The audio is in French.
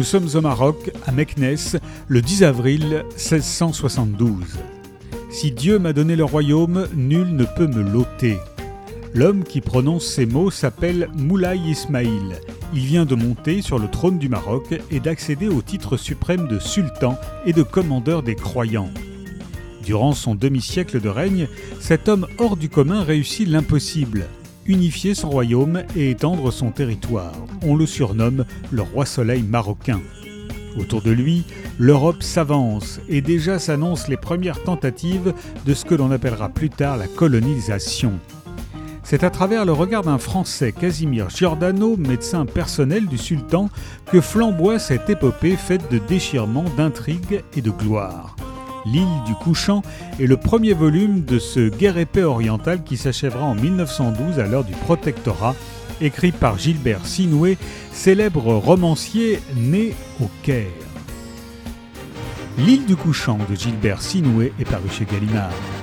Nous sommes au Maroc, à Meknès, le 10 avril 1672. Si Dieu m'a donné le royaume, nul ne peut me l'ôter. L'homme qui prononce ces mots s'appelle Moulay Ismaïl. Il vient de monter sur le trône du Maroc et d'accéder au titre suprême de sultan et de commandeur des croyants. Durant son demi-siècle de règne, cet homme hors du commun réussit l'impossible, unifier son royaume et étendre son territoire. On le surnomme le roi soleil marocain. Autour de lui, l'Europe s'avance et déjà s'annoncent les premières tentatives de ce que l'on appellera plus tard la colonisation. C'est à travers le regard d'un Français, Casimir Giordano, médecin personnel du sultan, que flamboie cette épopée faite de déchirements, d'intrigues et de gloire. L'île du Couchant est le premier volume de ce guerre-épée oriental qui s'achèvera en 1912 à l'heure du protectorat, écrit par Gilbert Sinoué, célèbre romancier né au Caire. L'île du Couchant de Gilbert Sinoué est paru chez Gallimard.